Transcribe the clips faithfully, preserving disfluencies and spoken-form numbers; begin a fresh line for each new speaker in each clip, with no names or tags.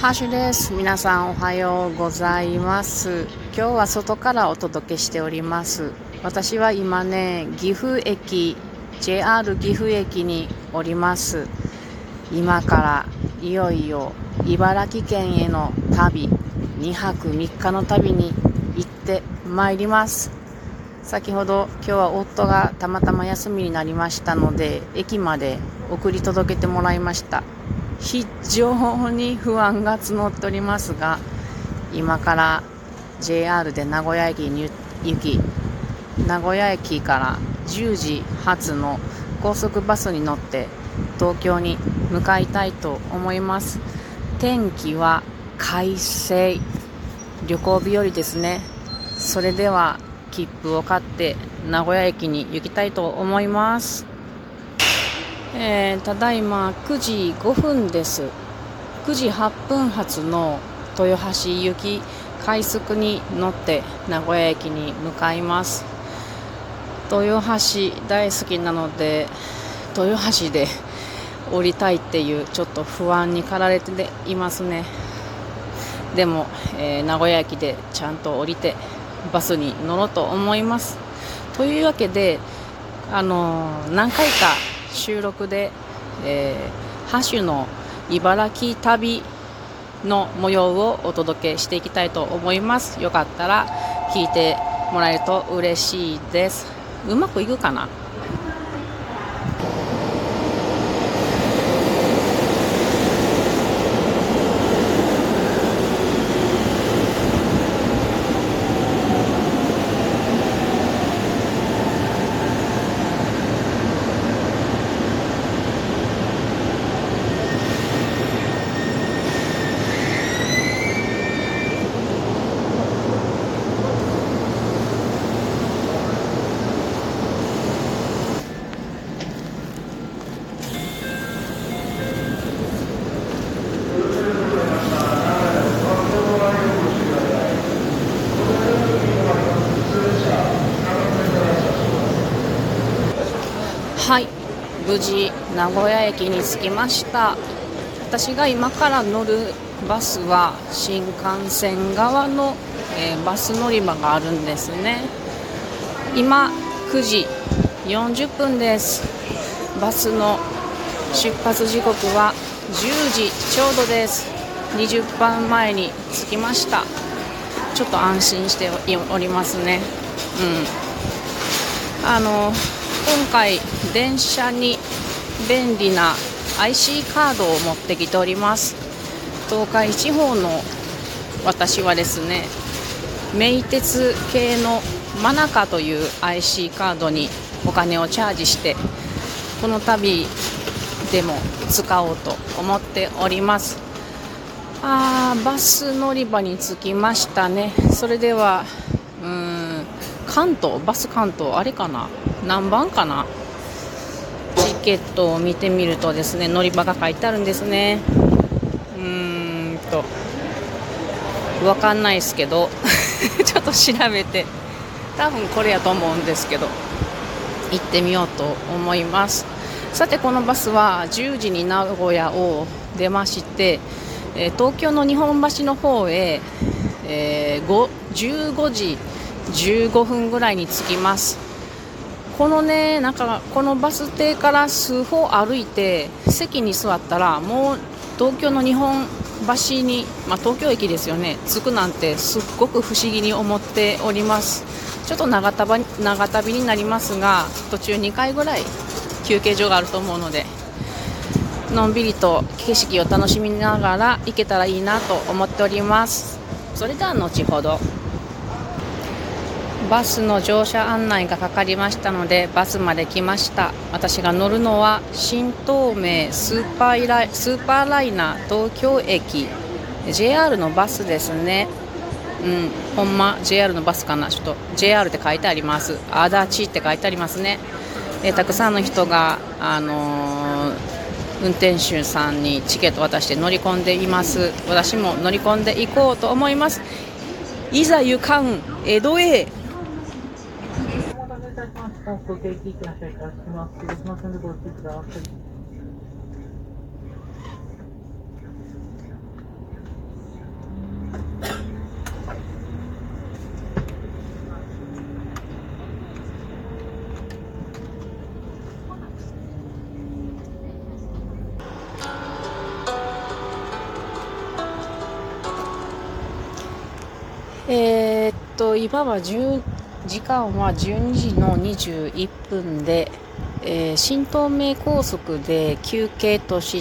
ハッシュです。皆さんおはようございます。今日は外からお届けしております。私は今ね、岐阜駅、ジェイアール 岐阜駅におります。今からいよいよ茨城県への旅、にはくみっかの旅に行ってまいります。先ほど今日は夫がたまたま休みになりましたので、駅まで送り届けてもらいました。非常に不安が募っておりますが、今から ジェイアール で名古屋駅に行き、名古屋駅からじゅうじ発の高速バスに乗って東京に向かいたいと思います。天気は快晴、旅行日和ですね。それでは切符を買って名古屋駅に行きたいと思います。えー、ただいまくじごふんです。くじはっぷん発の豊橋行き快速に乗って名古屋駅に向かいます。豊橋大好きなので、豊橋で降りたいっていうちょっと不安に駆られていますね。でも、えー、名古屋駅でちゃんと降りてバスに乗ろうと思います。というわけで、あのー、何回か収録で、えー、ハッシュの茨城旅の模様をお届けしていきたいと思います。よかったら聞いてもらえると嬉しいです。うまくいくかな？はい、無事名古屋駅に着きました。私が今から乗るバスは新幹線側の、えー、バス乗り場があるんですね。今くじよんじゅっぷんです。バスの出発時刻はじゅうじちょうどです。にじゅっぷんまえに着きました。ちょっと安心しておりますね。うんあの今回電車に便利な アイシー カードを持ってきております。東海地方の私はですね、名鉄系のマナカという アイシー カードにお金をチャージして、この度でも使おうと思っております。あー、バス乗り場に着きましたね。それではうーん関東、バス関東、あれかな、何番かな。チケットを見てみるとですね、乗り場が書いてあるんですね。うーんと分かんないですけどちょっと調べて、多分これやと思うんですけど、行ってみようと思います。さて、このバスはじゅうじに名古屋を出まして、えー、東京の日本橋の方へ、えー、じゅうごじじゅうごふんぐらいに着きます。このね、なんかこのバス停から数歩歩いて席に座ったら、もう東京の日本橋に、まあ、東京駅ですよね、着くなんてすっごく不思議に思っております。ちょっと長旅長旅になりますが、途中にかいぐらい休憩所があると思うので、のんびりと景色を楽しみながら行けたらいいなと思っております。それでは後ほど。バスの乗車案内がかかりましたので、バスまで来ました。私が乗るのは新東名スーパーライ、スーパーライナー東京駅 ジェイアール のバスですね。うん、ほんま ジェイアール のバスかな。ちょっと ジェイアール って書いてあります。足立って書いてありますね。えー、たくさんの人が、あのー、運転手さんにチケット渡して乗り込んでいます。私も乗り込んでいこうと思います。いざ行かん江戸へ。時計機器の車いたします。失礼しますのでご注意ください。 と今はじゅう時間はじゅうにじのにじゅういっぷんで、えー、新東名高速で休憩として、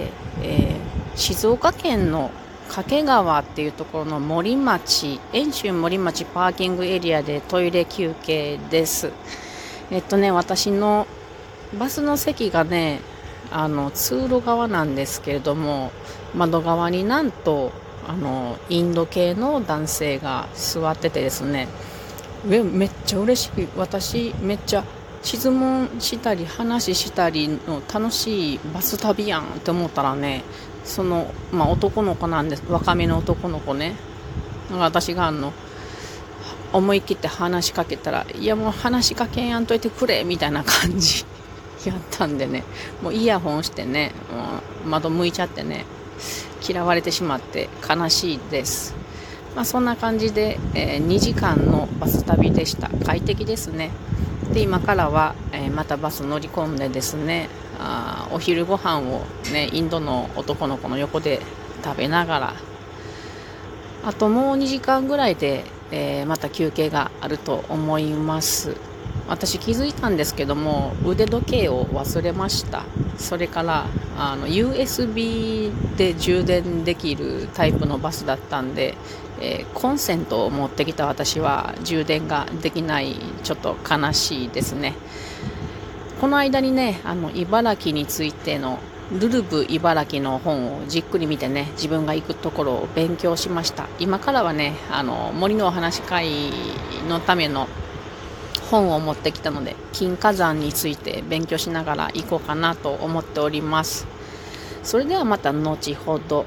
えー、静岡県の掛川っていうところの森町、遠州森町パーキングエリアでトイレ休憩です。えっとね、私のバスの席がね、あの通路側なんですけれども、窓側になんとあのインド系の男性が座っててですね、めめっちゃ嬉しい。私めっちゃ質問したり話したりの楽しいバス旅やんって思ったらね、その、まあ、男の子なんです。若めの男の子ね。私があの思い切って話しかけたら、いやもう話しかけんやんといてくれみたいな感じやったんでね、もうイヤホンしてね、もう窓向いちゃってね、嫌われてしまって悲しいです。まあ、そんな感じで、えー、にじかんのバス旅でした。快適ですね。で今からは、えー、またバス乗り込んでですね、あお昼ご飯をね、インドの男の子の横で食べながら、あともうにじかんぐらいで、えー、また休憩があると思います。私気づいたんですけども、腕時計を忘れました。それからあの ユーエスビー で充電できるタイプのバスだったんで、えー、コンセントを持ってきた私は充電ができない。ちょっと悲しいですね。この間にね、あの茨城についてのルルブ茨城の本をじっくり見てね、自分が行くところを勉強しました。今からはね、あの森のお話会のための本を持ってきたので、金華山について勉強しながら行こうかなと思っております。それではまた後ほど。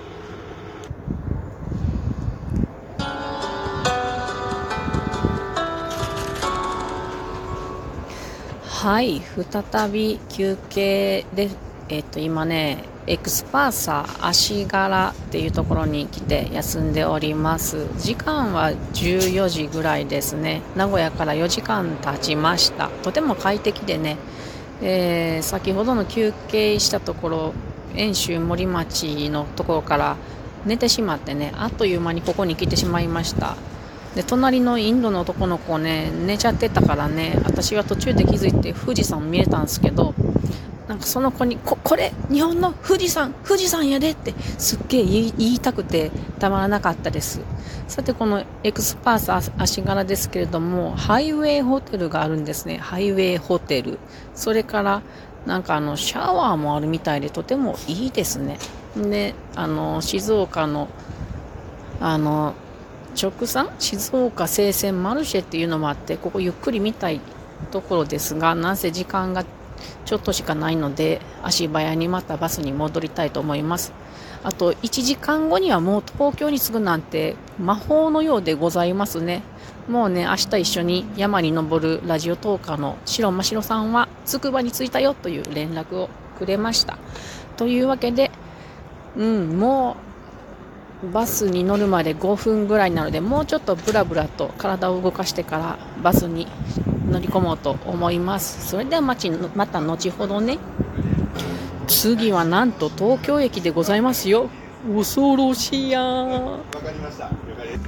はい、再び休憩で、えっと今ね、エクスパーサー足柄っていうところに来て休んでおります。時間はじゅうよじぐらいですね。名古屋からよじかん経ちました。とても快適でね、えー、先ほどの休憩したところ、遠州森町のところから寝てしまってね、あっという間にここに来てしまいました。で隣のインドの男の子ね、寝ちゃってたからね、私は途中で気づいて富士山見えたんですけど、なんかその子に こ, これ日本の富士山富士山やでってすっげえ言い言いたくてたまらなかったです。さてこのエクスパーサ足柄ですけれども、ハイウェイホテルがあるんですね。ハイウェイホテル、それからなんかあのシャワーもあるみたいでとてもいいですね。であの静岡のあの直産静岡生鮮マルシェっていうのもあって、ここゆっくり見たいところですが、なんせ時間がちょっとしかないので、足早にまたバスに戻りたいと思います。あといちじかんごにはもう東京に着くなんて魔法のようでございますね。もうね、明日一緒に山に登るラジオトーカーの白真白さんはつくばに着いたよという連絡をくれました。というわけで、うん、もうバスに乗るまでごふんぐらいなので、もうちょっとブラブラと体を動かしてからバスに乗り込もうと思います。それではまた後ほどね。次はなんと東京駅でございますよ。恐ろしいやー。わかりました。了解です。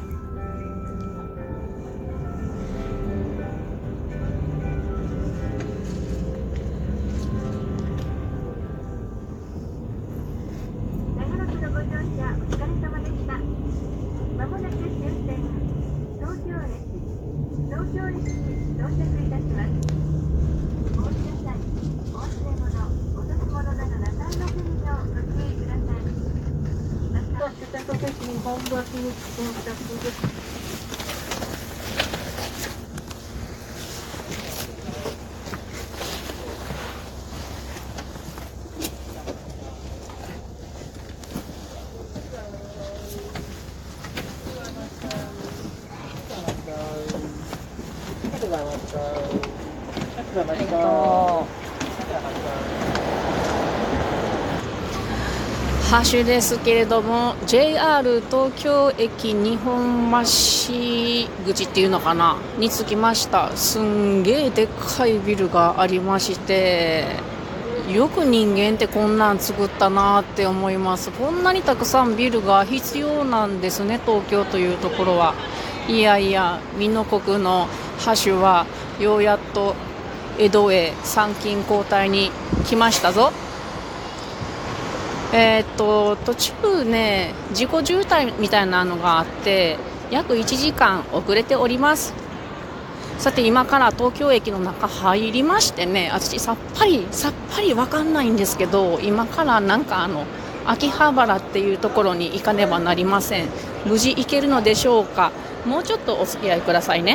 ハッシュですけれども、 ジェイアール 東京駅日本橋口っていうのかなに着きました。すんげーでっかいビルがありまして、よく人間ってこんなん作ったなって思います。こんなにたくさんビルが必要なんですね、東京というところは。 いやいや、美濃国の覇主はようやっと江戸へ参勤交代に来ましたぞ。えー、っと途中ね、事故渋滞みたいなのがあって約いちじかん遅れております。さて今から東京駅の中入りましてね、私さっぱりさっぱりわかんないんですけど、今からなんかあの秋葉原っていうところに行かねばなりません。無事行けるのでしょうか。もうちょっとお付き合いくださいね。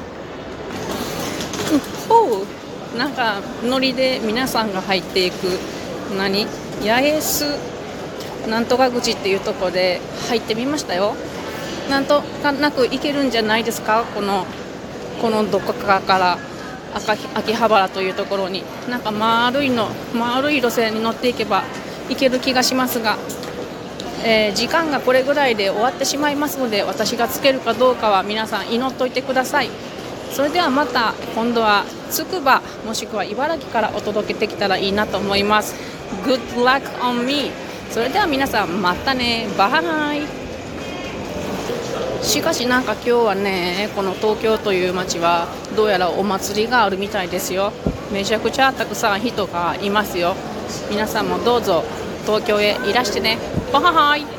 ほう、なんかノリで皆さんが入っていく何八重洲なんとか口っていうところで入ってみましたよ。なんとかなく行けるんじゃないですか。このこのどこかから秋秋葉原というところになんか丸いの丸い路線に乗っていけば行ける気がしますが、えー、時間がこれぐらいで終わってしまいますので、私がつけるかどうかは皆さん祈っといてください。それではまた今度はつくばもしくは茨城からお届けできたらいいなと思います。 Good luck on me。 それでは皆さんまたね、バイ。しかしなんか今日はね、この東京という街はどうやらお祭りがあるみたいですよ。めちゃくちゃたくさん人がいますよ。皆さんもどうぞ東京へいらしてね。バイ。